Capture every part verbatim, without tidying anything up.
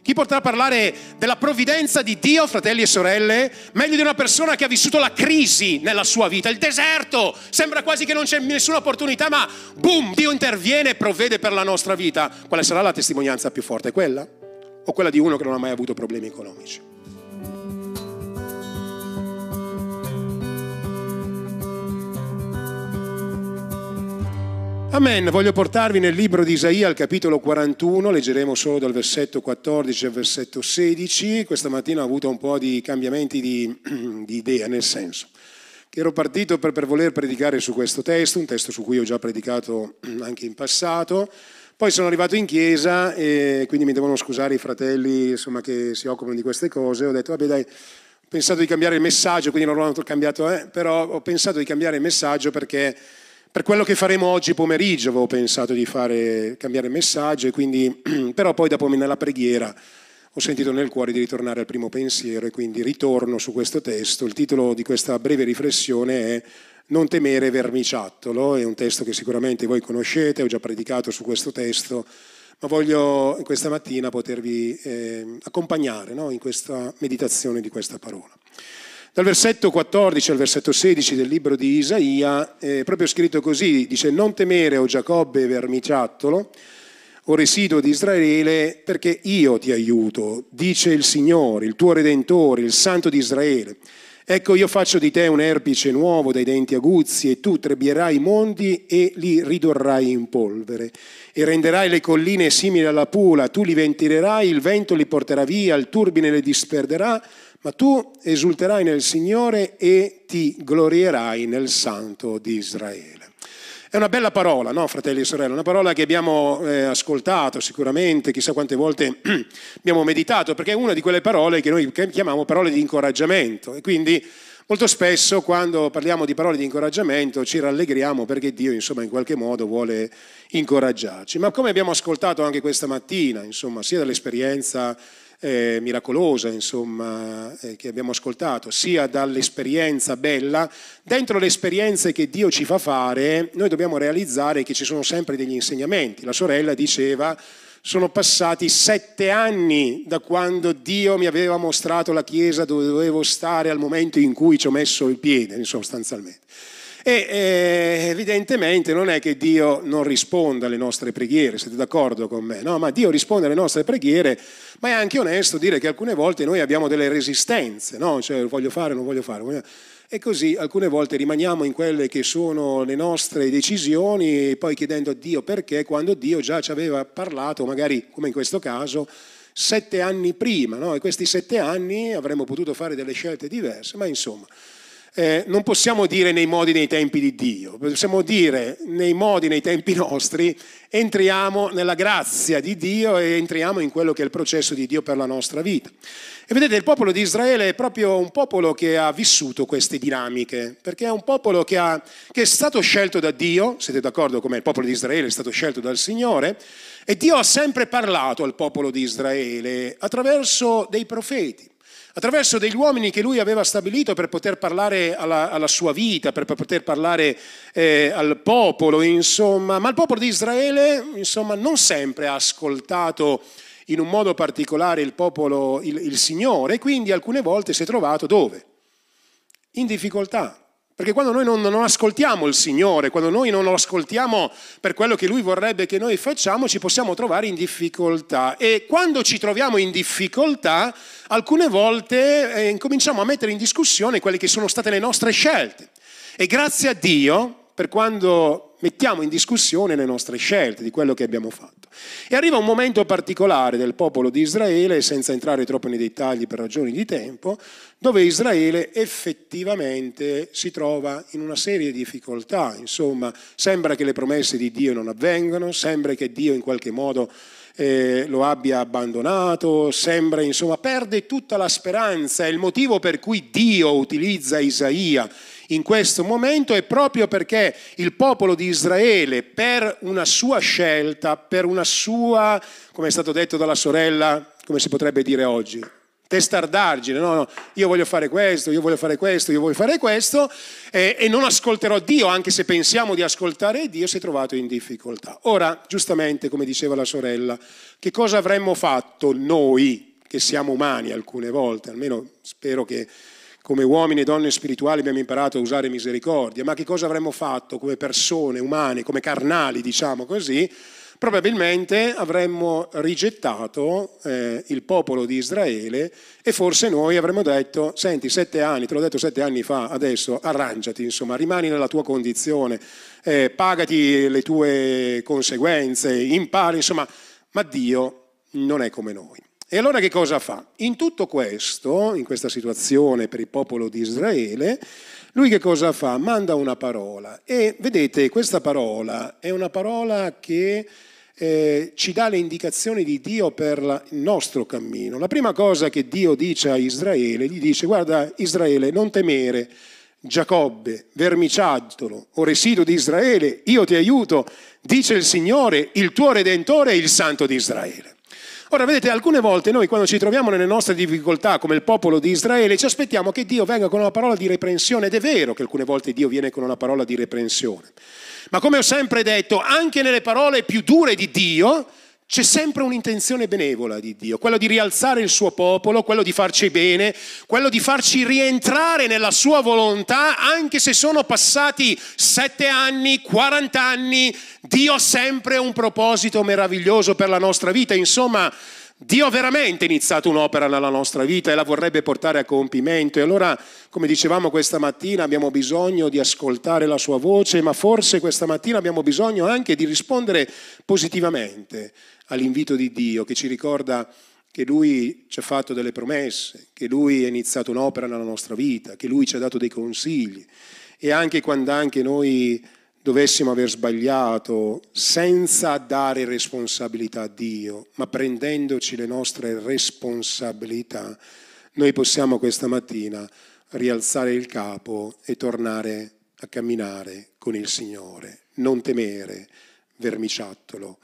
Chi potrà parlare della provvidenza di Dio, fratelli e sorelle, meglio di una persona che ha vissuto la crisi nella sua vita, il deserto, sembra quasi che non c'è nessuna opportunità, ma boom, Dio interviene e provvede per la nostra vita. Quale sarà la testimonianza più forte? Quella? O quella di uno che non ha mai avuto problemi economici? Amen. Voglio portarvi nel libro di Isaia al capitolo quarantuno, leggeremo solo dal versetto quattordici al versetto sedici. Questa mattina ho avuto un po' di cambiamenti di, di idea, nel senso che ero partito per, per voler predicare su questo testo, un testo su cui ho già predicato anche in passato. Poi sono arrivato in chiesa e quindi mi devono scusare i fratelli, insomma, che si occupano di queste cose. Ho detto, vabbè dai, ho pensato di cambiare il messaggio, quindi non l'ho cambiato, eh, però ho pensato di cambiare il messaggio perché per quello che faremo oggi pomeriggio avevo pensato di fare, cambiare messaggio, e quindi, però poi dopo nella preghiera ho sentito nel cuore di ritornare al primo pensiero e quindi ritorno su questo testo. Il titolo di questa breve riflessione è Non temere vermiciattolo, è un testo che sicuramente voi conoscete, ho già predicato su questo testo, ma voglio questa mattina potervi eh, accompagnare, no, in questa meditazione di questa parola. Dal versetto quattordici al versetto sedici del libro di Isaia è proprio scritto così, dice: non temere, o Giacobbe vermiciattolo, o residuo di Israele, perché io ti aiuto, dice il Signore, il tuo Redentore, il Santo di Israele. Ecco, io faccio di te un erpice nuovo dai denti aguzzi, e tu trebbierai i monti e li ridurrai in polvere, e renderai le colline simili alla pula, tu li ventilerai, il vento li porterà via, il turbine li disperderà, ma tu esulterai nel Signore e ti glorierai nel Santo di Israele. È una bella parola, no, fratelli e sorelle? Una parola che abbiamo eh, ascoltato sicuramente, chissà quante volte abbiamo meditato, perché è una di quelle parole che noi chiamiamo parole di incoraggiamento. E quindi molto spesso quando parliamo di parole di incoraggiamento ci rallegriamo perché Dio, insomma, in qualche modo vuole incoraggiarci. Ma come abbiamo ascoltato anche questa mattina, insomma, sia dall'esperienza Eh, miracolosa, insomma, eh, che abbiamo ascoltato, sia dall'esperienza bella, dentro le esperienze che Dio ci fa fare, noi dobbiamo realizzare che ci sono sempre degli insegnamenti. La sorella diceva: sono passati sette anni da quando Dio mi aveva mostrato la chiesa dove dovevo stare al momento in cui ci ho messo il piede, sostanzialmente. E eh, evidentemente non è che Dio non risponda alle nostre preghiere, siete d'accordo con me? No, ma Dio risponde alle nostre preghiere, ma è anche onesto dire che alcune volte noi abbiamo delle resistenze, no? Cioè, voglio fare, non voglio fare. Voglio... E così alcune volte rimaniamo in quelle che sono le nostre decisioni, poi chiedendo a Dio perché, quando Dio già ci aveva parlato, magari come in questo caso, sette anni prima, no? E questi sette anni avremmo potuto fare delle scelte diverse, ma insomma... Eh, non possiamo dire nei modi nei tempi di Dio, possiamo dire nei modi nei tempi nostri, entriamo nella grazia di Dio e entriamo in quello che è il processo di Dio per la nostra vita. E vedete, il popolo di Israele è proprio un popolo che ha vissuto queste dinamiche, perché è un popolo che, ha, che è stato scelto da Dio, siete d'accordo con me? Il popolo di Israele è stato scelto dal Signore, e Dio ha sempre parlato al popolo di Israele attraverso dei profeti, attraverso degli uomini che lui aveva stabilito per poter parlare alla, alla sua vita, per, per poter parlare eh, al popolo, insomma. Ma il popolo di Israele, insomma, non sempre ha ascoltato in un modo particolare il popolo, il, il Signore, e quindi alcune volte si è trovato dove? In difficoltà. Perché quando noi non, non ascoltiamo il Signore, quando noi non lo ascoltiamo per quello che Lui vorrebbe che noi facciamo, ci possiamo trovare in difficoltà. E quando ci troviamo in difficoltà, alcune volte eh, incominciamo a mettere in discussione quelle che sono state le nostre scelte. E grazie a Dio per quando mettiamo in discussione le nostre scelte, di quello che abbiamo fatto. E arriva un momento particolare del popolo di Israele, senza entrare troppo nei dettagli per ragioni di tempo, dove Israele effettivamente si trova in una serie di difficoltà. Insomma, sembra che le promesse di Dio non avvengano, sembra che Dio in qualche modo eh, lo abbia abbandonato, sembra, insomma, perde tutta la speranza. E il motivo per cui Dio utilizza Isaia in questo momento è proprio perché il popolo di Israele, per una sua scelta, per una sua, come è stato detto dalla sorella, come si potrebbe dire oggi, testardaggine, no, no, io voglio fare questo, io voglio fare questo, io voglio fare questo eh, e non ascolterò Dio, anche se pensiamo di ascoltare Dio, si è trovato in difficoltà. Ora, giustamente, come diceva la sorella, che cosa avremmo fatto noi, che siamo umani alcune volte, almeno spero che come uomini e donne spirituali abbiamo imparato a usare misericordia, ma che cosa avremmo fatto come persone umane, come carnali, diciamo così? Probabilmente avremmo rigettato eh, il popolo di Israele e forse noi avremmo detto, senti, sette anni, te l'ho detto sette anni fa, adesso arrangiati, insomma, rimani nella tua condizione, eh, pagati le tue conseguenze, impari, insomma, ma Dio non è come noi. E allora che cosa fa? In tutto questo, in questa situazione per il popolo di Israele, lui che cosa fa? Manda una parola e vedete, questa parola è una parola che eh, ci dà le indicazioni di Dio per la, il nostro cammino. La prima cosa che Dio dice a Israele, gli dice, guarda Israele, non temere, Giacobbe, vermiciattolo o residuo di Israele, io ti aiuto, dice il Signore, il tuo Redentore, il Santo di Israele. Ora vedete, alcune volte noi quando ci troviamo nelle nostre difficoltà come il popolo di Israele ci aspettiamo che Dio venga con una parola di reprensione ed è vero che alcune volte Dio viene con una parola di reprensione, ma come ho sempre detto, anche nelle parole più dure di Dio c'è sempre un'intenzione benevola di Dio, quello di rialzare il suo popolo, quello di farci bene, quello di farci rientrare nella sua volontà, anche se sono passati sette anni, quaranta anni, Dio ha sempre un proposito meraviglioso per la nostra vita. Insomma, Dio ha veramente iniziato un'opera nella nostra vita e la vorrebbe portare a compimento. E allora, come dicevamo questa mattina, abbiamo bisogno di ascoltare la sua voce, ma forse questa mattina abbiamo bisogno anche di rispondere positivamente all'invito di Dio, che ci ricorda che Lui ci ha fatto delle promesse, che Lui ha iniziato un'opera nella nostra vita, che Lui ci ha dato dei consigli. E anche quando anche noi dovessimo aver sbagliato, senza dare responsabilità a Dio, ma prendendoci le nostre responsabilità, noi possiamo questa mattina rialzare il capo e tornare a camminare con il Signore. Non temere, vermiciattolo,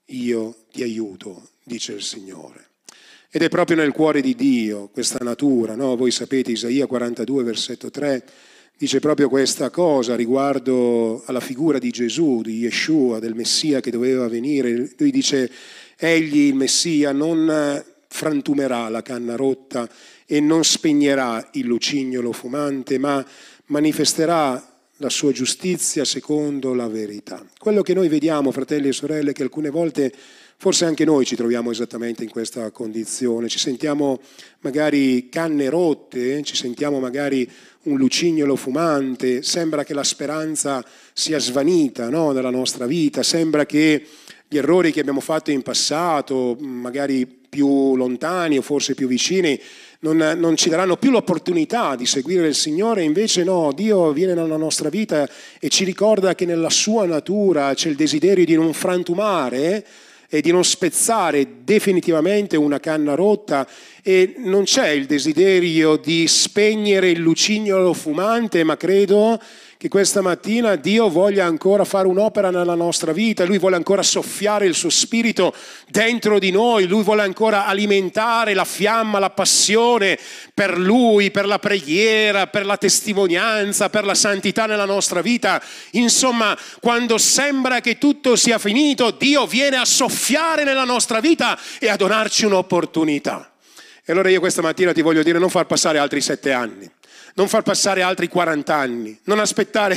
io ti aiuto, dice il Signore. Ed è proprio nel cuore di Dio questa natura, no? Voi sapete, Isaia quarantadue, versetto tre, dice proprio questa cosa riguardo alla figura di Gesù, di Yeshua, del Messia che doveva venire. Lui dice, egli, il Messia, non frantumerà la canna rotta e non spegnerà il lucignolo fumante, ma manifesterà la sua giustizia secondo la verità. Quello che noi vediamo, fratelli e sorelle, è che alcune volte forse anche noi ci troviamo esattamente in questa condizione, ci sentiamo magari canne rotte, ci sentiamo magari un lucignolo fumante, sembra che la speranza sia svanita, no, nella nostra vita, sembra che gli errori che abbiamo fatto in passato, magari più lontani o forse più vicini, non, non ci daranno più l'opportunità di seguire il Signore. Invece no, Dio viene nella nostra vita e ci ricorda che nella sua natura c'è il desiderio di non frantumare e di non spezzare definitivamente una canna rotta, e non c'è il desiderio di spegnere il lucignolo fumante, ma credo che questa mattina Dio voglia ancora fare un'opera nella nostra vita. Lui vuole ancora soffiare il suo spirito dentro di noi, Lui vuole ancora alimentare la fiamma, la passione per Lui, per la preghiera, per la testimonianza, per la santità nella nostra vita. Insomma, quando sembra che tutto sia finito, Dio viene a soffiare nella nostra vita e a donarci un'opportunità. E allora io questa mattina ti voglio dire, non far passare altri sette anni. Non far passare altri quaranta anni, non aspettare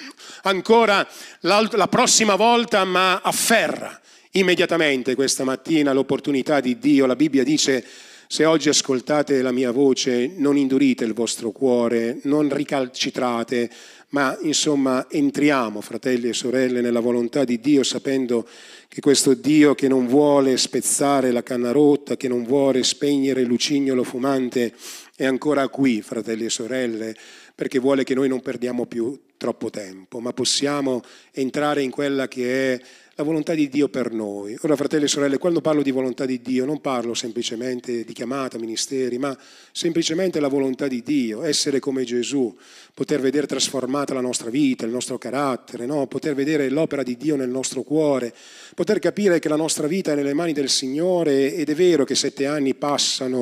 ancora la, la prossima volta, ma afferra immediatamente questa mattina l'opportunità di Dio. La Bibbia dice, se oggi ascoltate la mia voce, non indurite il vostro cuore, non ricalcitrate, ma insomma entriamo, fratelli e sorelle, nella volontà di Dio, sapendo che questo Dio che non vuole spezzare la canna rotta, che non vuole spegnere il lucignolo fumante, è ancora qui, fratelli e sorelle, perché vuole che noi non perdiamo più troppo tempo, ma possiamo entrare in quella che è la volontà di Dio per noi. Ora, fratelli e sorelle, quando parlo di volontà di Dio non parlo semplicemente di chiamata, ministeri, ma semplicemente la volontà di Dio, essere come Gesù, poter vedere trasformata la nostra vita, il nostro carattere, no? Poter vedere l'opera di Dio nel nostro cuore, poter capire che la nostra vita è nelle mani del Signore, ed è vero che sette anni passano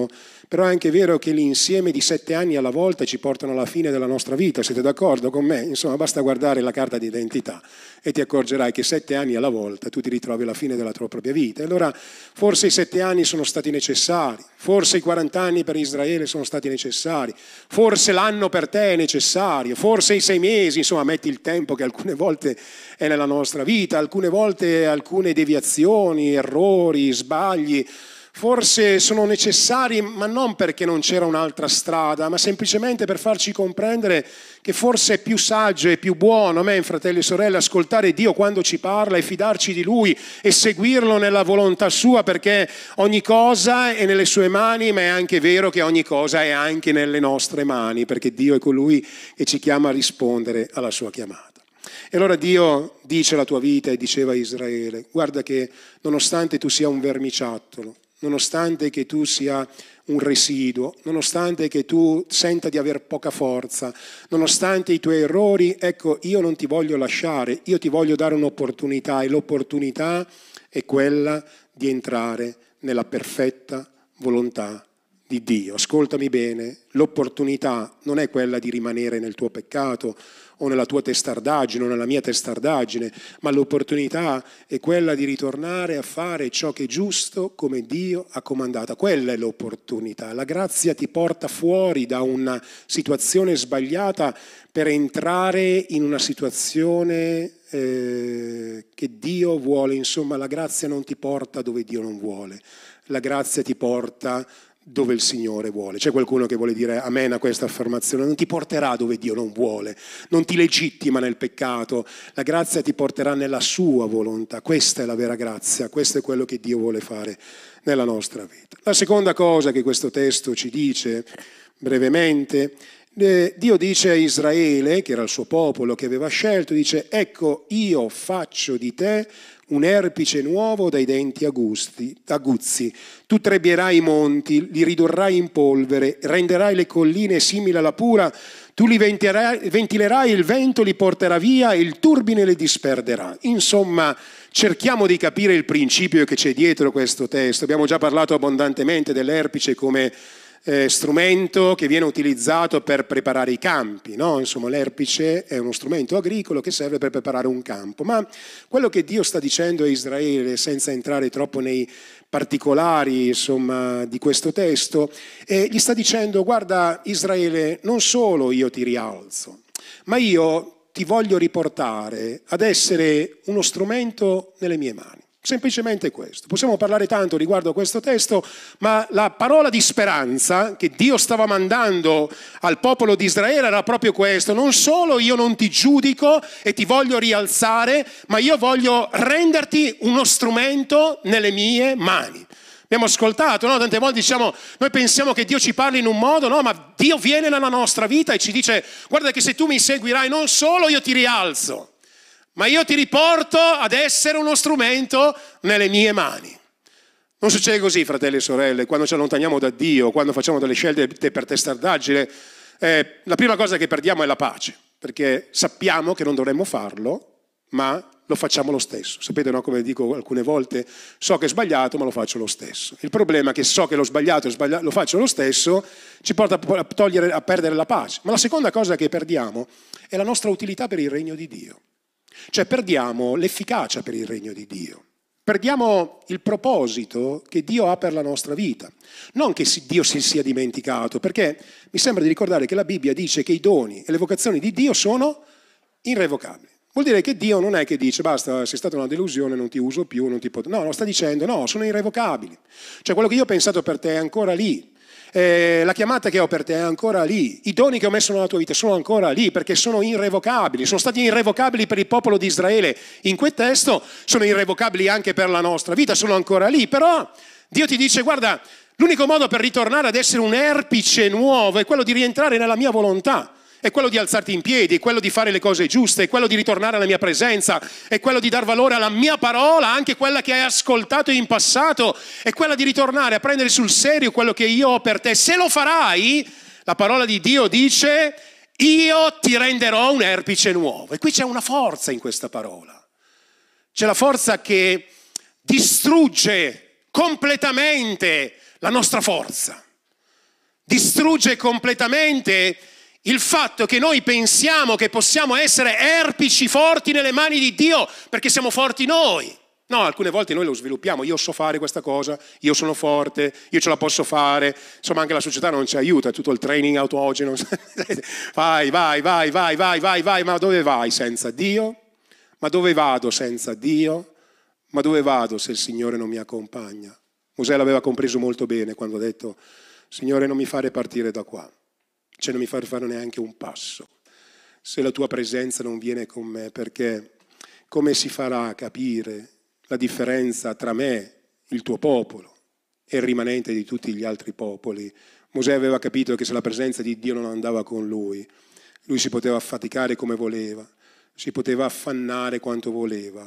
però è anche vero che l'insieme di sette anni alla volta ci portano alla fine della nostra vita, siete d'accordo con me? Insomma, basta guardare la carta d'identità e ti accorgerai che sette anni alla volta tu ti ritrovi alla fine della tua propria vita. E allora forse i sette anni sono stati necessari, forse i quaranta anni per Israele sono stati necessari, forse l'anno per te è necessario, forse i sei mesi, insomma metti il tempo che alcune volte è nella nostra vita, alcune volte alcune deviazioni, errori, sbagli, forse sono necessari, ma non perché non c'era un'altra strada, ma semplicemente per farci comprendere che forse è più saggio e più buono, amen, fratelli e sorelle, ascoltare Dio quando ci parla e fidarci di Lui e seguirlo nella volontà sua, perché ogni cosa è nelle sue mani, ma è anche vero che ogni cosa è anche nelle nostre mani, perché Dio è colui che ci chiama a rispondere alla sua chiamata. E allora Dio dice alla tua vita e diceva a Israele: guarda che nonostante tu sia un vermiciattolo, nonostante che tu sia un residuo, nonostante che tu senta di aver poca forza, nonostante i tuoi errori, ecco, io non ti voglio lasciare, io ti voglio dare un'opportunità, e l'opportunità è quella di entrare nella perfetta volontà di Dio. Ascoltami bene, l'opportunità non è quella di rimanere nel tuo peccato o nella tua testardaggine o nella mia testardaggine, ma l'opportunità è quella di ritornare a fare ciò che è giusto come Dio ha comandato. Quella è l'opportunità. La grazia ti porta fuori da una situazione sbagliata per entrare in una situazione eh, che Dio vuole. Insomma, la grazia non ti porta dove Dio non vuole, la grazia ti porta dove il Signore vuole. C'è qualcuno che vuole dire amen a questa affermazione? Non ti porterà dove Dio non vuole, non ti legittima nel peccato, la grazia ti porterà nella sua volontà. Questa è la vera grazia, questo è quello che Dio vuole fare nella nostra vita. La seconda cosa che questo testo ci dice brevemente, eh, Dio dice a Israele, che era il suo popolo che aveva scelto, dice: ecco, io faccio di te un erpice nuovo dai denti agusti, aguzzi. Tu trebbierai i monti, li ridurrai in polvere, renderai le colline simili alla pura, tu li ventilerai, ventilerai, il vento li porterà via e il turbine li disperderà. Insomma, cerchiamo di capire il principio che c'è dietro questo testo. Abbiamo già parlato abbondantemente dell'erpice come Eh, strumento che viene utilizzato per preparare i campi, no? Insomma, l'erpice è uno strumento agricolo che serve per preparare un campo. Ma quello che Dio sta dicendo a Israele, senza entrare troppo nei particolari, insomma, di questo testo, eh, gli sta dicendo: guarda Israele, non solo io ti rialzo, ma io ti voglio riportare ad essere uno strumento nelle mie mani. Semplicemente questo. Possiamo parlare tanto riguardo a questo testo, ma la parola di speranza che Dio stava mandando al popolo di Israele era proprio questo: non solo io non ti giudico e ti voglio rialzare, ma io voglio renderti uno strumento nelle mie mani. Abbiamo ascoltato, no? Tante volte diciamo, noi pensiamo che Dio ci parli in un modo, no? Ma Dio viene nella nostra vita e ci dice: guarda che se tu mi seguirai non solo io ti rialzo, ma io ti riporto ad essere uno strumento nelle mie mani. Non succede così, fratelli e sorelle, quando ci allontaniamo da Dio, quando facciamo delle scelte per testardaggine, eh, la prima cosa che perdiamo è la pace, perché sappiamo che non dovremmo farlo, ma lo facciamo lo stesso. Sapete, no? Come dico alcune volte, so che è sbagliato, ma lo faccio lo stesso. Il problema è che so che l'ho sbagliato e sbagliato, lo faccio lo stesso, ci porta a, togliere, a perdere la pace. Ma la seconda cosa che perdiamo è la nostra utilità per il regno di Dio. Cioè perdiamo l'efficacia per il regno di Dio, perdiamo il proposito che Dio ha per la nostra vita. Non che Dio si sia dimenticato, perché mi sembra di ricordare che la Bibbia dice che i doni e le vocazioni di Dio sono irrevocabili. Vuol dire che Dio non è che dice basta, sei stata una delusione, non ti uso più, non ti pot-". No, no, sta dicendo no, sono irrevocabili. Cioè quello che io ho pensato per te è ancora lì. Eh, la chiamata che ho per te è ancora lì, i doni che ho messo nella tua vita sono ancora lì, perché sono irrevocabili, sono stati irrevocabili per il popolo di Israele in quel testo, sono irrevocabili anche per la nostra vita, sono ancora lì. Però Dio ti dice: guarda, l'unico modo per ritornare ad essere un erpice nuovo è quello di rientrare nella mia volontà, è quello di alzarti in piedi, è quello di fare le cose giuste, è quello di ritornare alla mia presenza, è quello di dar valore alla mia parola, anche quella che hai ascoltato in passato, è quella di ritornare a prendere sul serio quello che io ho per te. Se lo farai, la parola di Dio dice: io ti renderò un erpice nuovo. E qui c'è una forza in questa parola. C'è la forza che distrugge completamente la nostra forza. distrugge completamente il fatto che noi pensiamo che possiamo essere erpici forti nelle mani di Dio perché siamo forti noi. No, alcune volte noi lo sviluppiamo, io so fare questa cosa, io sono forte, io ce la posso fare, insomma anche la società non ci aiuta, tutto il training autogeno, vai, vai, vai, vai, vai, vai, vai, ma dove vai senza Dio? Ma dove vado senza Dio? Ma dove vado se il Signore non mi accompagna? Mosè l'aveva compreso molto bene quando ha detto, Signore non mi fare partire da qua, cioè non mi fare fare neanche un passo, se la tua presenza non viene con me, perché come si farà a capire la differenza tra me, il tuo popolo, e il rimanente di tutti gli altri popoli? Mosè aveva capito che se la presenza di Dio non andava con lui, lui si poteva affaticare come voleva, si poteva affannare quanto voleva,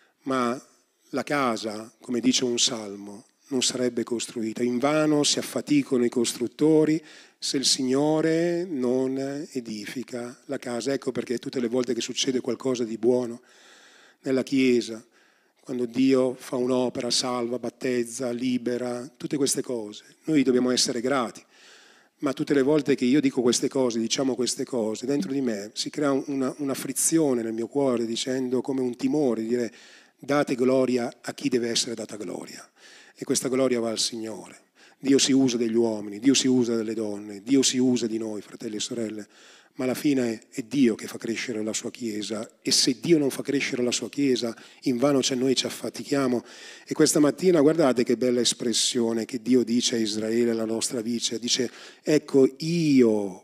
ma la casa, come dice un salmo, non sarebbe costruita. Invano si affaticano i costruttori se il Signore non edifica la casa. Ecco perché tutte le volte che succede qualcosa di buono nella Chiesa, quando Dio fa un'opera, salva, battezza, libera, tutte queste cose, noi dobbiamo essere grati. Ma tutte le volte che io dico queste cose, diciamo queste cose, dentro di me si crea una, una frizione nel mio cuore, dicendo come un timore, di dire date gloria a chi deve essere data gloria. E questa gloria va al Signore. Dio si usa degli uomini, Dio si usa delle donne, Dio si usa di noi, fratelli e sorelle, ma alla fine è Dio che fa crescere la sua Chiesa, e se Dio non fa crescere la sua Chiesa, invano cioè noi ci affatichiamo. E questa mattina guardate che bella espressione che Dio dice a Israele, la nostra vice, dice ecco io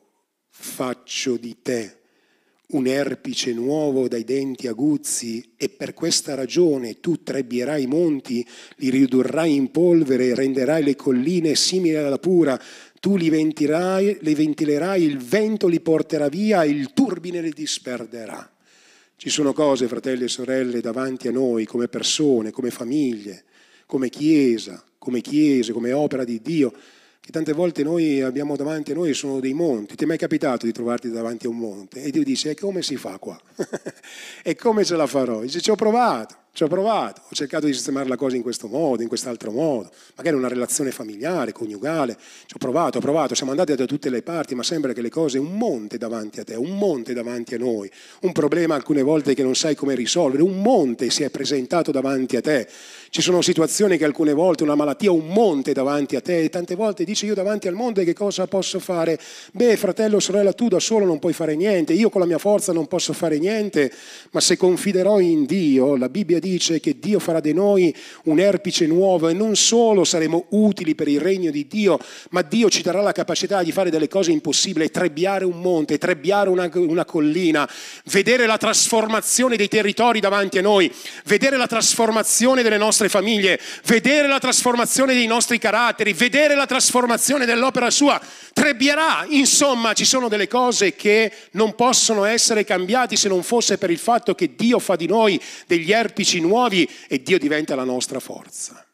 faccio di te un erpice nuovo dai denti aguzzi, e per questa ragione tu trebbierai i monti, li ridurrai in polvere e renderai le colline simili alla pura. Tu li ventilerai, li ventilerai, il vento li porterà via, il turbine li disperderà. Ci sono cose, fratelli e sorelle, davanti a noi come persone, come famiglie, come Chiesa, come Chiese, come opera di Dio, che tante volte noi abbiamo davanti a noi, sono dei monti. Ti è mai capitato di trovarti davanti a un monte? E Dio dice, e come si fa qua? E come ce la farò? Dice, ci ho provato, ci ho provato, ho cercato di sistemare la cosa in questo modo, in quest'altro modo, magari una relazione familiare, coniugale, ci ho provato, ho provato, siamo andati da tutte le parti, ma sembra che le cose, un monte davanti a te, un monte davanti a noi, un problema alcune volte che non sai come risolvere, un monte si è presentato davanti a te. Ci sono situazioni che alcune volte, una malattia, un monte davanti a te, e tante volte dici io davanti al monte che cosa posso fare? Beh, fratello, sorella, tu da solo non puoi fare niente, io con la mia forza non posso fare niente, ma se confiderò in Dio, la Bibbia dice che Dio farà di noi un erpice nuovo, e non solo saremo utili per il regno di Dio, ma Dio ci darà la capacità di fare delle cose impossibili, trebbiare un monte, trebbiare una, una collina, vedere la trasformazione dei territori davanti a noi, vedere la trasformazione delle nostre famiglie, vedere la trasformazione dei nostri caratteri, vedere la trasformazione dell'opera sua. Trebbierà, insomma, ci sono delle cose che non possono essere cambiate se non fosse per il fatto che Dio fa di noi degli erpici nuovi e Dio diventa la nostra forza.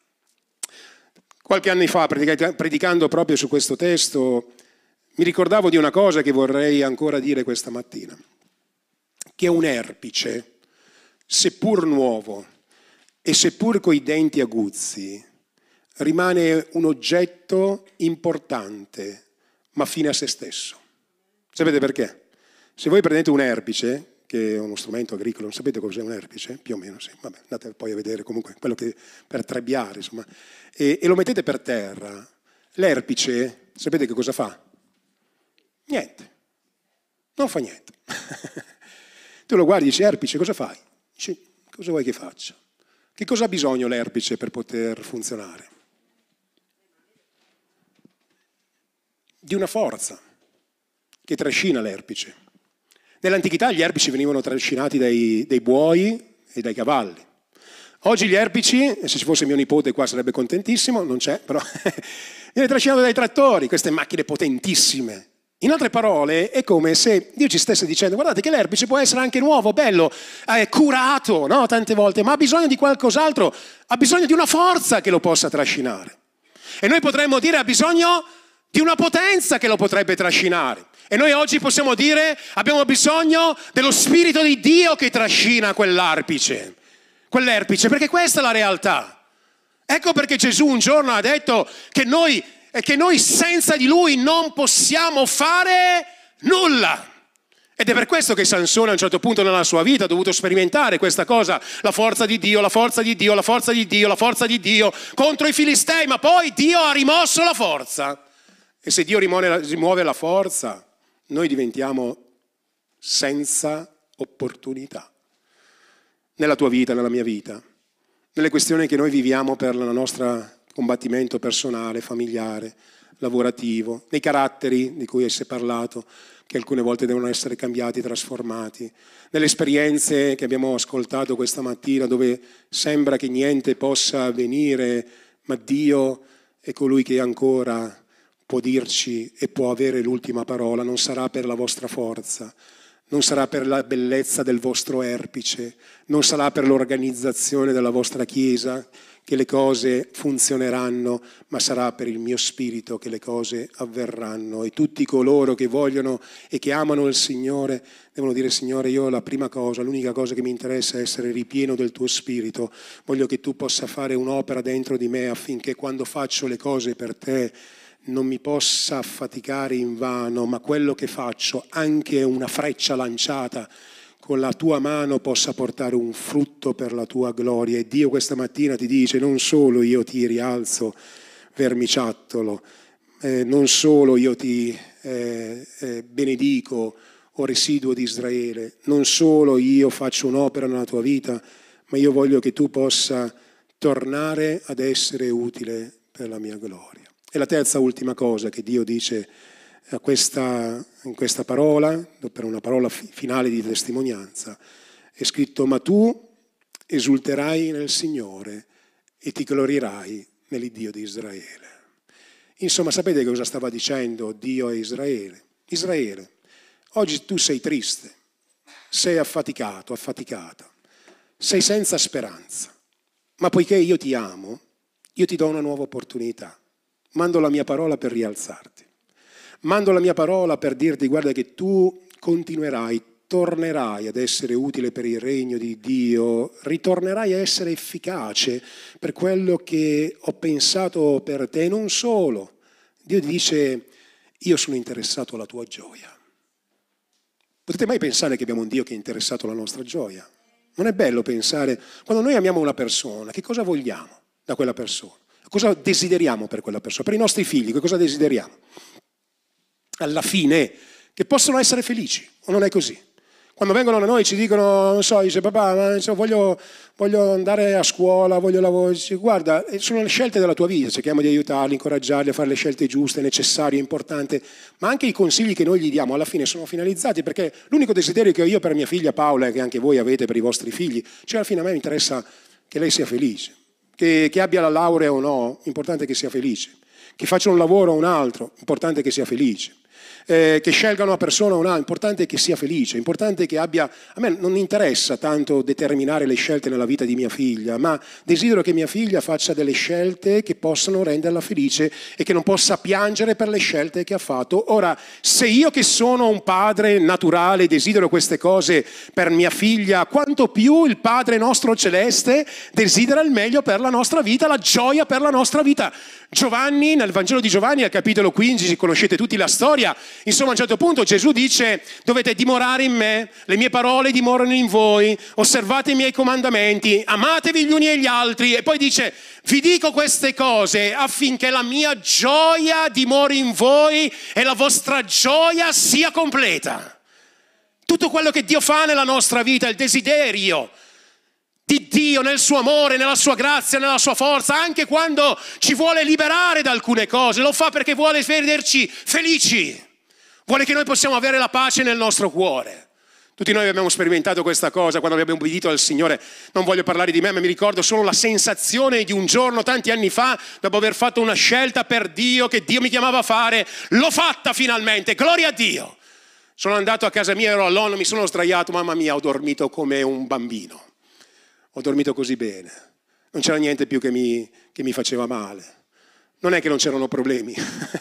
Qualche anno fa, predicando proprio su questo testo, mi ricordavo di una cosa che vorrei ancora dire questa mattina, che un erpice, seppur nuovo e seppur coi denti aguzzi, rimane un oggetto importante, ma fine a se stesso. Sapete perché? Se voi prendete un erpice, che è uno strumento agricolo, non sapete cos'è un erpice? Più o meno, sì. Vabbè, andate poi a vedere comunque quello che per trebbiare, insomma, e, e lo mettete per terra. L'erpice, sapete che cosa fa? Niente. Non fa niente. Tu lo guardi e dici, erpice, cosa fai? Dici, cosa vuoi che faccia? Che cosa ha bisogno l'erpice per poter funzionare? Di una forza che trascina l'erpice. Nell'antichità gli erpici venivano trascinati dai, dai buoi e dai cavalli. Oggi gli erpici, e se ci fosse mio nipote qua sarebbe contentissimo, non c'è, però viene trascinato dai trattori, queste macchine potentissime. In altre parole, è come se Dio ci stesse dicendo, guardate che l'erpice può essere anche nuovo, bello, eh, curato, no? Tante volte, ma ha bisogno di qualcos'altro, ha bisogno di una forza che lo possa trascinare. E noi potremmo dire, ha bisogno di una potenza che lo potrebbe trascinare. E noi oggi possiamo dire, abbiamo bisogno dello Spirito di Dio che trascina quell'erpice, quell'erpice, perché questa è la realtà. Ecco perché Gesù un giorno ha detto che noi è che noi senza di Lui non possiamo fare nulla. Ed è per questo che Sansone a un certo punto nella sua vita ha dovuto sperimentare questa cosa, la forza di Dio, la forza di Dio, la forza di Dio, la forza di Dio contro i Filistei, ma poi Dio ha rimosso la forza. E se Dio rimuove la forza, noi diventiamo senza opportunità. Nella tua vita, nella mia vita, nelle questioni che noi viviamo per il nostro combattimento personale, familiare, lavorativo, nei caratteri di cui si è parlato, che alcune volte devono essere cambiati, trasformati, nelle esperienze che abbiamo ascoltato questa mattina dove sembra che niente possa avvenire, ma Dio è colui che ancora può dirci e può avere l'ultima parola. Non sarà per la vostra forza, non sarà per la bellezza del vostro erpice, non sarà per l'organizzazione della vostra chiesa che le cose funzioneranno, ma sarà per il mio spirito che le cose avverranno. E tutti coloro che vogliono e che amano il Signore devono dire: Signore, io la prima cosa, l'unica cosa che mi interessa è essere ripieno del tuo spirito. Voglio che tu possa fare un'opera dentro di me affinché quando faccio le cose per te non mi possa affaticare invano, ma quello che faccio, anche una freccia lanciata con la tua mano, possa portare un frutto per la tua gloria. E Dio questa mattina ti dice: non solo io ti rialzo vermiciattolo, eh, non solo io ti eh, eh, benedico, o residuo di Israele, non solo io faccio un'opera nella tua vita, ma io voglio che tu possa tornare ad essere utile per la mia gloria. E la terza ultima cosa che Dio dice a questa, in questa parola, per una parola finale di testimonianza, è scritto: ma tu esulterai nel Signore e ti glorierai nell'Iddio di Israele. Insomma, sapete cosa stava dicendo Dio a Israele? Israele, oggi tu sei triste, sei affaticato, affaticata, sei senza speranza, ma poiché io ti amo, io ti do una nuova opportunità. Mando la mia parola per rialzarti. Mando la mia parola per dirti: guarda che tu continuerai, tornerai ad essere utile per il regno di Dio, ritornerai a essere efficace per quello che ho pensato per te. Non solo, Dio ti dice: io sono interessato alla tua gioia. Potete mai pensare che abbiamo un Dio che è interessato alla nostra gioia? Non è bello pensare, quando noi amiamo una persona, che cosa vogliamo da quella persona? Cosa desideriamo per quella persona? Per i nostri figli, che cosa desideriamo? Alla fine, che possono essere felici, o non è così? Quando vengono da noi ci dicono, non so, dice papà, ma insomma, voglio, voglio andare a scuola, voglio lavorare, dice, guarda, sono le scelte della tua vita, cerchiamo di aiutarli, incoraggiarli a fare le scelte giuste, necessarie, importanti, ma anche i consigli che noi gli diamo alla fine sono finalizzati, perché l'unico desiderio che ho io per mia figlia Paola e che anche voi avete per i vostri figli, cioè alla fine a me mi interessa che lei sia felice, che, che abbia la laurea o no, importante che sia felice, che faccia un lavoro o un altro, importante che sia felice. Eh, che scelgano una persona o un'altra, importante che sia felice, importante che abbia, a me non interessa tanto determinare le scelte nella vita di mia figlia, ma desidero che mia figlia faccia delle scelte che possano renderla felice e che non possa piangere per le scelte che ha fatto. Ora, se io che sono un padre naturale desidero queste cose per mia figlia, quanto più il Padre nostro celeste desidera il meglio per la nostra vita, la gioia per la nostra vita. Giovanni, nel Vangelo di Giovanni, al capitolo quindici, conoscete tutti la storia, insomma a un certo punto Gesù dice: dovete dimorare in me, le mie parole dimorano in voi, osservate i miei comandamenti, amatevi gli uni e gli altri, e poi dice: vi dico queste cose affinché la mia gioia dimori in voi e la vostra gioia sia completa. Tutto quello che Dio fa nella nostra vita, il desiderio di Dio nel suo amore, nella sua grazia, nella sua forza, anche quando ci vuole liberare da alcune cose, lo fa perché vuole vederci felici, vuole che noi possiamo avere la pace nel nostro cuore. Tutti noi abbiamo sperimentato questa cosa quando abbiamo obbedito al Signore. Non voglio parlare di me, ma mi ricordo solo la sensazione di un giorno, tanti anni fa, dopo aver fatto una scelta per Dio, che Dio mi chiamava a fare, l'ho fatta finalmente, gloria a Dio. Sono andato a casa mia, ero all'onno, mi sono sdraiato, mamma mia, ho dormito come un bambino. Ho dormito così bene, non c'era niente più che mi, che mi faceva male. Non è che non c'erano problemi,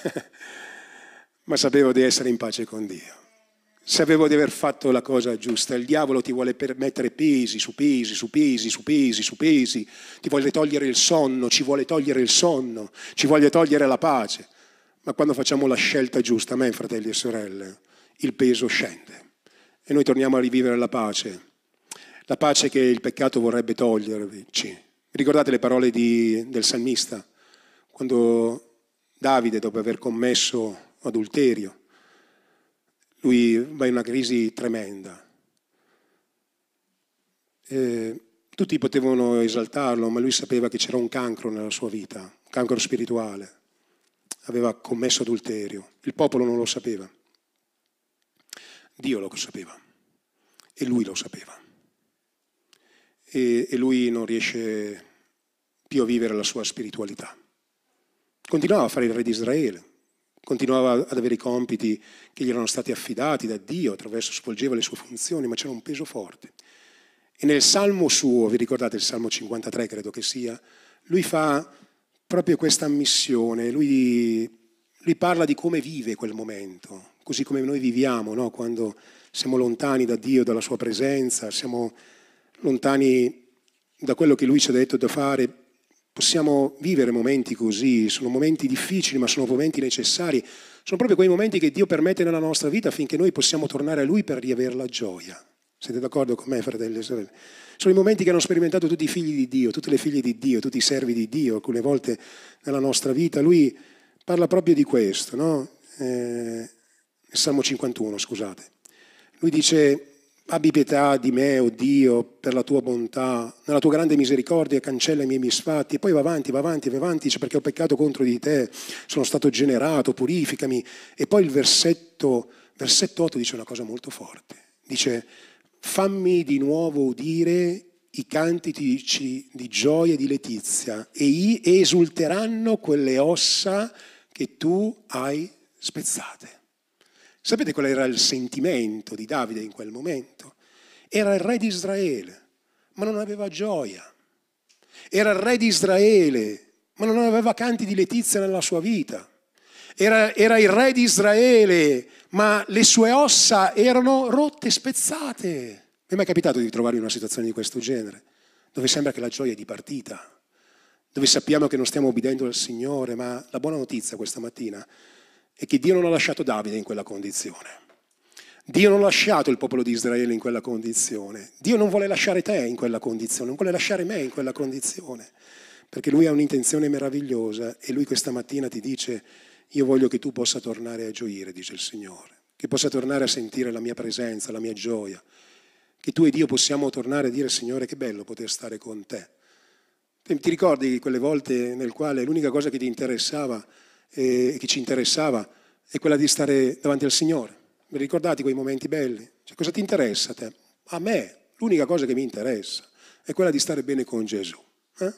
ma sapevo di essere in pace con Dio. Sapevo di aver fatto la cosa giusta. Il diavolo ti vuole mettere pesi su pesi, su pesi, su pesi, su pesi. Ti vuole togliere il sonno, ci vuole togliere il sonno, ci vuole togliere la pace. ma quando facciamo la scelta giusta, amen, fratelli e sorelle, il peso scende e noi torniamo a rivivere la pace, la pace che il peccato vorrebbe toglierci. Ricordate le parole di, del salmista, quando Davide, dopo aver commesso adulterio, lui va in una crisi tremenda. E tutti potevano esaltarlo, ma lui sapeva che c'era un cancro nella sua vita, un cancro spirituale. Aveva commesso adulterio. Il popolo non lo sapeva. Dio lo sapeva. E lui lo sapeva. E, e lui non riesce più a vivere la sua spiritualità. Continuava a fare il re di Israele. Continuava ad avere i compiti che gli erano stati affidati da Dio, attraverso svolgeva le sue funzioni, ma c'era un peso forte. E nel Salmo suo, vi ricordate il Salmo cinquantatré, credo che sia, lui fa proprio questa ammissione, lui, lui parla di come vive quel momento, così come noi viviamo, no? Quando siamo lontani da Dio, dalla sua presenza, siamo lontani da quello che lui ci ha detto da fare, possiamo vivere momenti così, sono momenti difficili ma sono momenti necessari, sono proprio quei momenti che Dio permette nella nostra vita affinché noi possiamo tornare a Lui per riavere la gioia. Siete d'accordo con me, fratelli e sorelle? Sono i momenti che hanno sperimentato tutti i figli di Dio, tutte le figlie di Dio, tutti i servi di Dio, alcune volte nella nostra vita. Lui parla proprio di questo, no? Eh, Salmo cinquantuno, scusate. Lui dice: abbi pietà di me, oh Dio, per la tua bontà, nella tua grande misericordia cancella i miei misfatti. E poi va avanti, va avanti, va avanti, dice: perché ho peccato contro di te, sono stato generato, purificami. E poi il versetto, versetto otto dice una cosa molto forte. Dice: fammi di nuovo udire i cantici di gioia e di letizia, e esulteranno quelle ossa che tu hai spezzate. Sapete qual era il sentimento di Davide in quel momento? Era il re di Israele, ma non aveva gioia. Era il re di Israele, ma non aveva canti di letizia nella sua vita. Era, era il re di Israele, ma le sue ossa erano rotte, spezzate. Mi è mai capitato di trovare in una situazione di questo genere, dove sembra che la gioia è dipartita, dove sappiamo che non stiamo obbedendo al Signore, ma la buona notizia questa mattina è che Dio non ha lasciato Davide in quella condizione. Dio non ha lasciato il popolo di Israele in quella condizione. Dio non vuole lasciare te in quella condizione, non vuole lasciare me in quella condizione, perché Lui ha un'intenzione meravigliosa e Lui questa mattina ti dice: io voglio che tu possa tornare a gioire, dice il Signore, che possa tornare a sentire la mia presenza, la mia gioia, che tu e Dio possiamo tornare a dire: Signore, che bello poter stare con te. Ti ricordi quelle volte nel quale l'unica cosa che ti interessava e che ci interessava è quella di stare davanti al Signore? Vi ricordate quei momenti belli? Cioè, cosa ti interessa a te? A me, l'unica cosa che mi interessa è quella di stare bene con Gesù. Eh?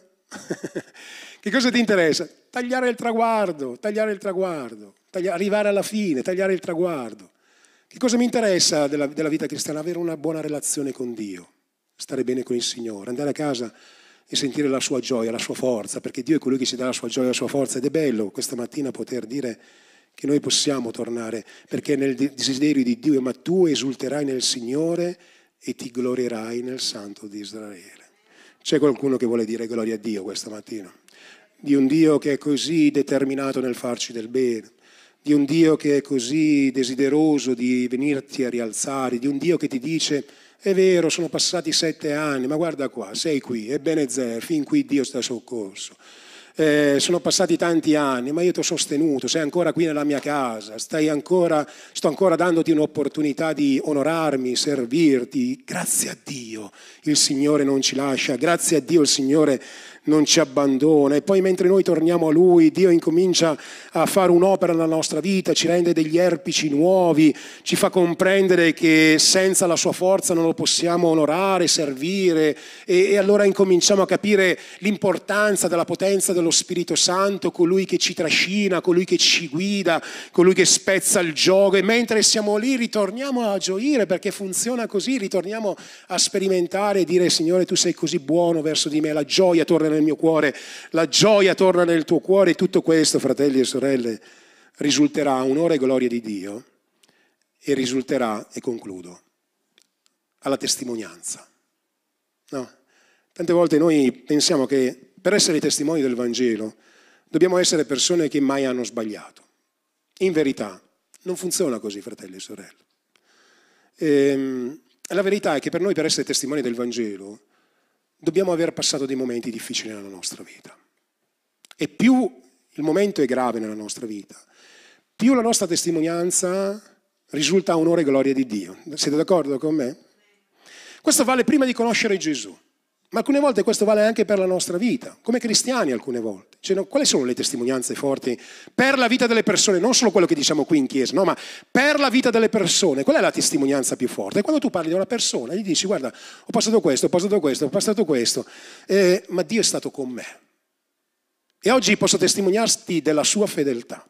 Che cosa ti interessa? Tagliare il traguardo, tagliare il traguardo, tagliare, arrivare alla fine, tagliare il traguardo. Che cosa mi interessa della, della vita cristiana? Avere una buona relazione con Dio, stare bene con il Signore, andare a casa e sentire la sua gioia, la sua forza, perché Dio è colui che ci dà la sua gioia e la sua forza, ed è bello questa mattina poter dire che noi possiamo tornare, perché nel desiderio di Dio: ma tu esulterai nel Signore e ti glorierai nel Santo di Israele. C'è qualcuno che vuole dire gloria a Dio questa mattina? Di un Dio che è così determinato nel farci del bene, di un Dio che è così desideroso di venirti a rialzare, di un Dio che ti dice: è vero, sono passati sette anni, ma guarda qua, sei qui, Ebenezer, fin qui Dio sta soccorso. Eh, sono passati tanti anni, ma io ti ho sostenuto, sei ancora qui nella mia casa, stai ancora, sto ancora dandoti un'opportunità di onorarmi, servirti. Grazie a Dio il Signore non ci lascia, grazie a Dio il Signore non ci abbandona. E poi mentre noi torniamo a Lui, Dio incomincia a fare un'opera nella nostra vita, ci rende degli erpici nuovi, ci fa comprendere che senza la sua forza non lo possiamo onorare, servire, e, e allora incominciamo a capire l'importanza della potenza dello Spirito Santo, colui che ci trascina, colui che ci guida, colui che spezza il gioco. E mentre siamo lì ritorniamo a gioire, perché funziona così, ritorniamo a sperimentare e dire: Signore, tu sei così buono verso di me, la gioia torna nel mio cuore, la gioia torna nel tuo cuore. E tutto questo, fratelli e sorelle, risulterà onore e gloria di Dio, e risulterà, e concludo, alla testimonianza. No? Tante volte noi pensiamo che per essere testimoni del Vangelo dobbiamo essere persone che mai hanno sbagliato. In verità, non funziona così, fratelli e sorelle. Ehm, la verità è che per noi, per essere testimoni del Vangelo, dobbiamo aver passato dei momenti difficili nella nostra vita. E più il momento è grave nella nostra vita, più la nostra testimonianza risulta onore e gloria di Dio. Siete d'accordo con me? Questo vale prima di conoscere Gesù, ma alcune volte questo vale anche per la nostra vita, come cristiani alcune volte. Cioè, no, quali sono le testimonianze forti per la vita delle persone? Non solo quello che diciamo qui in chiesa, no, ma per la vita delle persone. Qual è la testimonianza più forte? È quando tu parli di una persona e gli dici: guarda, ho passato questo, ho passato questo, ho passato questo, eh, ma Dio è stato con me. E oggi posso testimoniarti della sua fedeltà.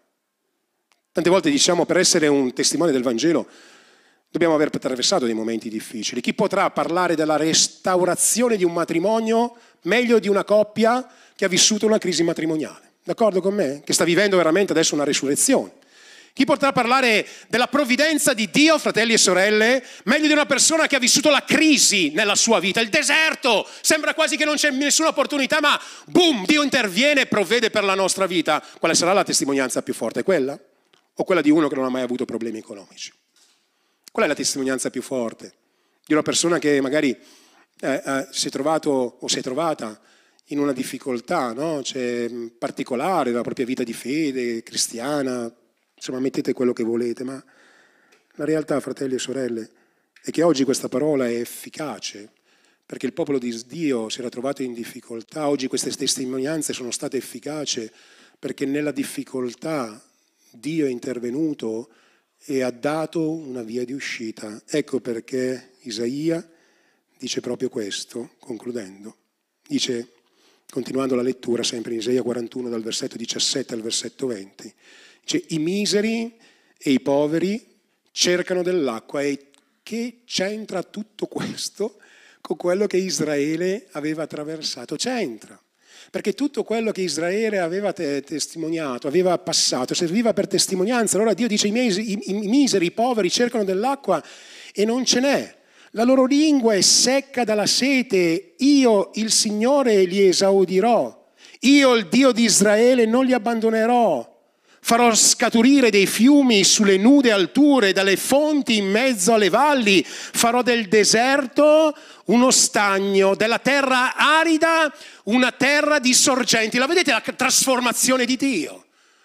Tante volte diciamo, per essere un testimone del Vangelo dobbiamo aver attraversato dei momenti difficili. Chi potrà parlare della restaurazione di un matrimonio meglio di una coppia che ha vissuto una crisi matrimoniale? D'accordo con me? Che sta vivendo veramente adesso una resurrezione. Chi potrà parlare della provvidenza di Dio, fratelli e sorelle, meglio di una persona che ha vissuto la crisi nella sua vita, il deserto, sembra quasi che non c'è nessuna opportunità, ma boom, Dio interviene e provvede per la nostra vita. Quale sarà la testimonianza più forte? Quella? O quella di uno che non ha mai avuto problemi economici? Qual è la testimonianza più forte? Di una persona che magari eh, eh, si è trovato o si è trovata in una difficoltà, no? Cioè, particolare nella propria vita di fede, cristiana, insomma mettete quello che volete, ma la realtà, fratelli e sorelle, è che oggi questa parola è efficace, perché il popolo di Dio si era trovato in difficoltà. Oggi queste testimonianze sono state efficaci perché nella difficoltà Dio è intervenuto e ha dato una via di uscita. Ecco perché Isaia dice proprio questo, concludendo. Dice, continuando la lettura, sempre in Isaia quarantuno, dal versetto diciassette al versetto venti, dice: i miseri e i poveri cercano dell'acqua. E che c'entra tutto questo con quello che Israele aveva attraversato? C'entra. Perché tutto quello che Israele aveva te- testimoniato, aveva passato, serviva per testimonianza. Allora Dio dice: i, mesi, i, i miseri, i poveri cercano dell'acqua e non ce n'è. La loro lingua è secca dalla sete. Io, il Signore, li esaudirò. Io, il Dio di Israele, non li abbandonerò. Farò scaturire dei fiumi sulle nude alture, dalle fonti in mezzo alle valli. Farò del deserto uno stagno, della terra arida una terra di sorgenti. La vedete la trasformazione di Dio?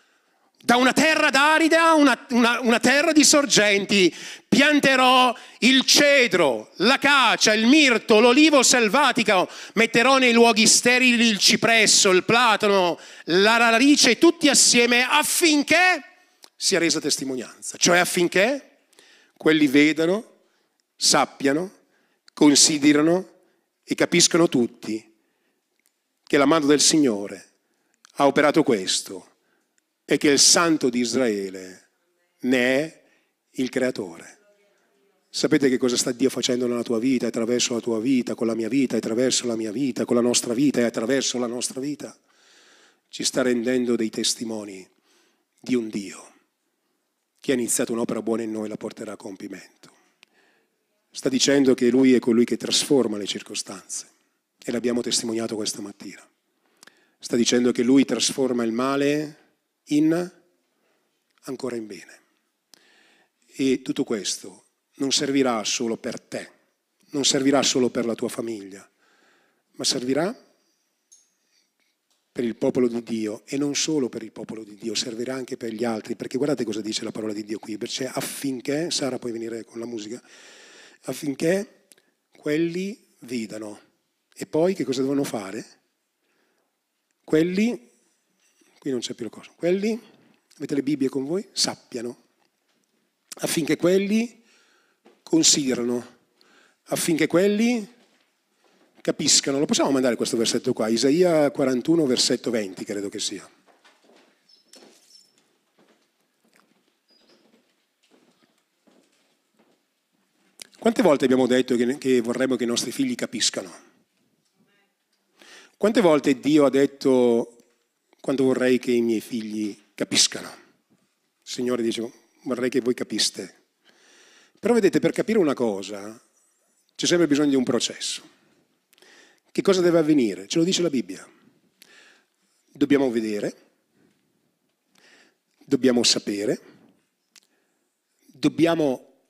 Da una terra arida a una, una, una terra di sorgenti. Pianterò il cedro, l'acacia, il mirto, l'olivo selvatico. Metterò nei luoghi sterili il cipresso, il platano, la radice, tutti assieme, affinché sia resa testimonianza. Cioè affinché quelli vedano, sappiano, considerano e capiscano tutti che la mano del Signore ha operato questo e che il Santo di Israele ne è il Creatore. Sapete che cosa sta Dio facendo nella tua vita, attraverso la tua vita, con la mia vita, attraverso la mia vita, con la nostra vita e attraverso la nostra vita? Ci sta rendendo dei testimoni di un Dio che ha iniziato un'opera buona in noi e la porterà a compimento. Sta dicendo che Lui è colui che trasforma le circostanze e l'abbiamo testimoniato questa mattina. Sta dicendo che Lui trasforma il male in ancora in bene. E tutto questo non servirà solo per te, non servirà solo per la tua famiglia, ma servirà per il popolo di Dio, e non solo per il popolo di Dio, servirà anche per gli altri, perché guardate cosa dice la parola di Dio qui, perché affinché, Sara puoi venire con la musica, affinché quelli vidano. E poi che cosa devono fare? Quelli, qui non c'è più la cosa, quelli, avete le Bibbie con voi? Sappiano, affinché quelli considerano, affinché quelli capiscano. Lo possiamo mandare questo versetto qua, Isaia quarantuno, versetto venti, credo che sia. Quante volte abbiamo detto che, che vorremmo che i nostri figli capiscano? Quante volte Dio ha detto: quanto vorrei che i miei figli capiscano? Il Signore dice: vorrei che voi capiste. Però vedete, per capire una cosa c'è sempre bisogno di un processo. Che cosa deve avvenire? Ce lo dice la Bibbia. Dobbiamo vedere, dobbiamo sapere, dobbiamo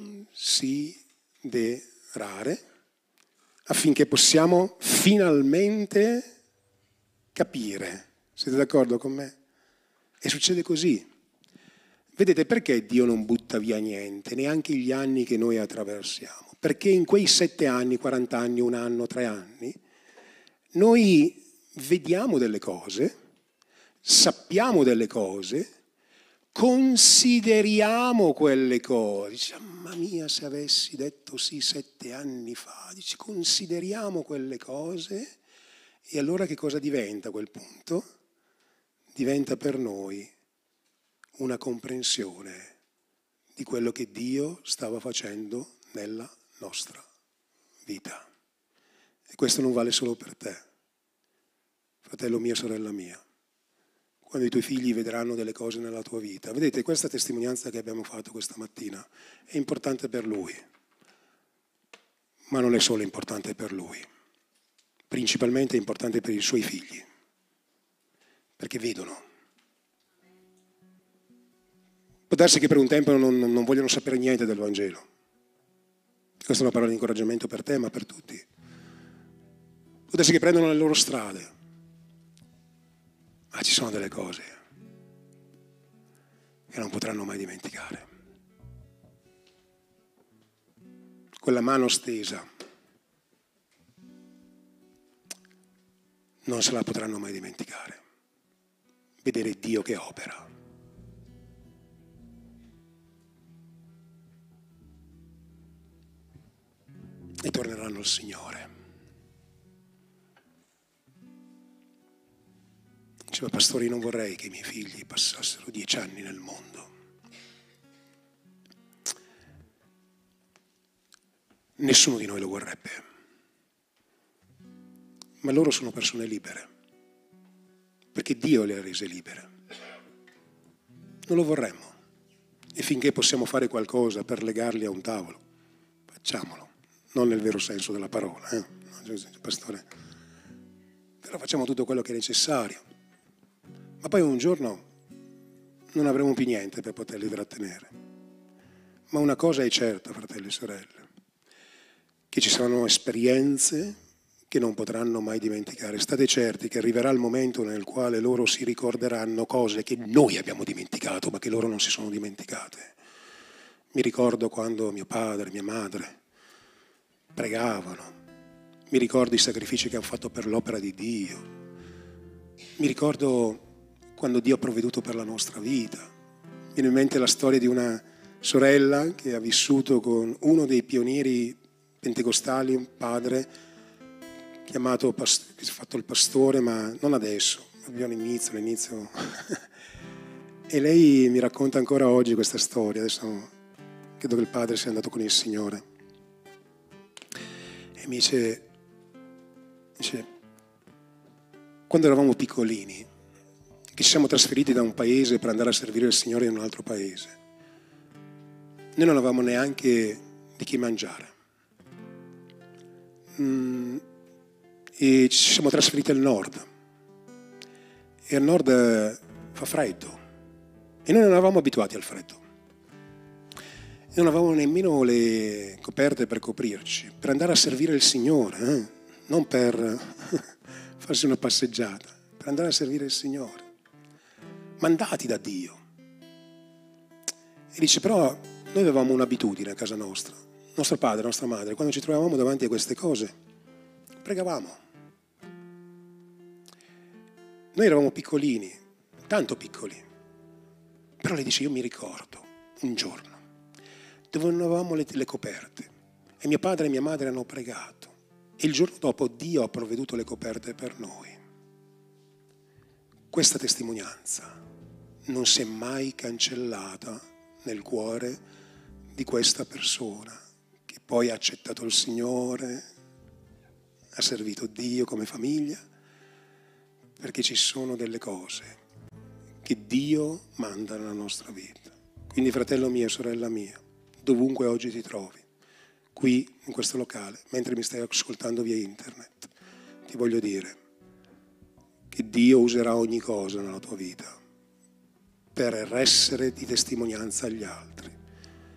considerare affinché possiamo finalmente capire. Siete d'accordo con me? E succede così. Vedete perché Dio non butta via niente, neanche gli anni che noi attraversiamo? Perché in quei sette anni, quaranta anni, un anno, tre anni, noi vediamo delle cose, sappiamo delle cose, consideriamo quelle cose. Dici, mamma mia, se avessi detto sì sette anni fa. Dici, consideriamo quelle cose e allora che cosa diventa a quel punto? Diventa per noi una comprensione di quello che Dio stava facendo nella nostra vita. E questo non vale solo per te, fratello mio, sorella mia. Quando i tuoi figli vedranno delle cose nella tua vita. Vedete, questa testimonianza che abbiamo fatto questa mattina è importante per lui, ma non è solo importante per lui, principalmente è importante per i suoi figli, perché vedono. Può darsi che per un tempo non, non vogliono sapere niente del Vangelo. Questa è una parola di incoraggiamento per te, ma per tutti. Può darsi che prendono le loro strade. Ma ci sono delle cose che non potranno mai dimenticare. Quella mano stesa non se la potranno mai dimenticare. Vedere Dio che opera. E torneranno al Signore. Diceva, pastore, io non vorrei che i miei figli passassero dieci anni nel mondo. Nessuno di noi lo vorrebbe. Ma loro sono persone libere, perché Dio le ha rese libere. Non lo vorremmo. E finché possiamo fare qualcosa per legarli a un tavolo, facciamolo. Non nel vero senso della parola, eh? Pastore. Però facciamo tutto quello che è necessario. Ma poi un giorno non avremo più niente per poterli trattenere. Ma una cosa è certa, fratelli e sorelle, che ci saranno esperienze che non potranno mai dimenticare. State certi che arriverà il momento nel quale loro si ricorderanno cose che noi abbiamo dimenticato, ma che loro non si sono dimenticate. Mi ricordo quando mio padre, mia madre pregavano. Mi ricordo i sacrifici che hanno fatto per l'opera di Dio. Mi ricordo quando Dio ha provveduto per la nostra vita. Mi viene in mente la storia di una sorella che ha vissuto con uno dei pionieri pentecostali, un padre chiamato, che si è fatto il pastore, ma non adesso, all'inizio, all'inizio. E lei mi racconta ancora oggi questa storia. Adesso credo che il padre sia andato con il Signore. E mi dice, dice, quando eravamo piccolini, che ci siamo trasferiti da un paese per andare a servire il Signore in un altro paese, noi non avevamo neanche di che mangiare. Mm, e ci siamo trasferiti al nord. E al nord fa freddo. E noi non eravamo abituati al freddo. E non avevamo nemmeno le coperte per coprirci, per andare a servire il Signore, eh? Non per farsi una passeggiata, per andare a servire il Signore. Mandati da Dio. E dice, però noi avevamo un'abitudine a casa nostra, nostro padre, nostra madre, quando ci trovavamo davanti a queste cose, pregavamo. Noi eravamo piccolini, tanto piccoli, però lei dice, io mi ricordo un giorno dove non avevamo le, le coperte e mio padre e mia madre hanno pregato e il giorno dopo Dio ha provveduto le coperte per noi. Questa testimonianza non si è mai cancellata nel cuore di questa persona che poi ha accettato il Signore, ha servito Dio come famiglia, perché ci sono delle cose che Dio manda nella nostra vita. Quindi fratello mio, sorella mia, dovunque oggi ti trovi, qui in questo locale, mentre mi stai ascoltando via internet, ti voglio dire che Dio userà ogni cosa nella tua vita per essere di testimonianza agli altri.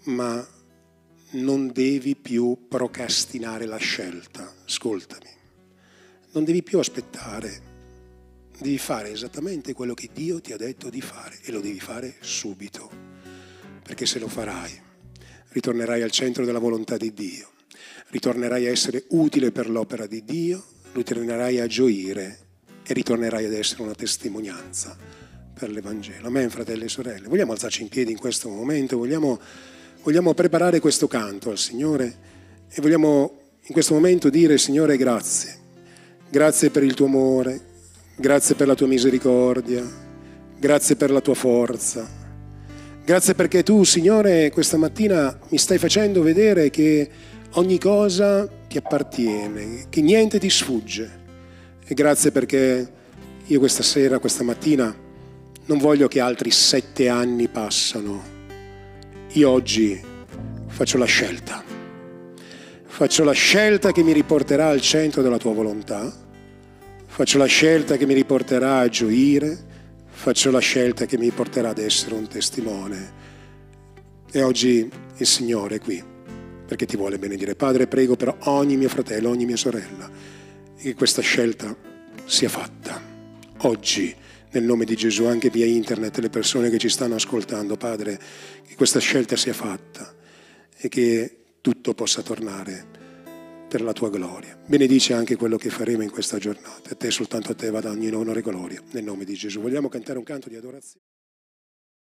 ma non devi più procrastinare la scelta, ascoltami, non devi più aspettare, devi fare esattamente quello che Dio ti ha detto di fare e lo devi fare subito, perché se lo farai ritornerai al centro della volontà di Dio, ritornerai a essere utile per l'opera di Dio, ritornerai a gioire e ritornerai ad essere una testimonianza per l'Evangelo. Amen, fratelli e sorelle. Vogliamo alzarci in piedi in questo momento, vogliamo, vogliamo preparare questo canto al Signore e vogliamo in questo momento dire: Signore, grazie. Grazie per il tuo amore, grazie per la tua misericordia, grazie per la tua forza. Grazie perché tu, Signore, questa mattina mi stai facendo vedere che ogni cosa ti appartiene, che niente ti sfugge. E grazie perché io questa sera, questa mattina, non voglio che altri sette anni passano. Io oggi faccio la scelta. Faccio la scelta che mi riporterà al centro della tua volontà. Faccio la scelta che mi riporterà a gioire. Faccio la scelta che mi porterà ad essere un testimone. E oggi il Signore è qui perché ti vuole benedire. Padre, prego per ogni mio fratello, ogni mia sorella, che questa scelta sia fatta oggi, nel nome di Gesù, anche via internet, le persone che ci stanno ascoltando. Padre, che questa scelta sia fatta e che tutto possa tornare per la tua gloria. Benedice anche quello che faremo in questa giornata. A te, soltanto a te, vada ogni onore e gloria, nel nome di Gesù. Vogliamo cantare un canto di adorazione?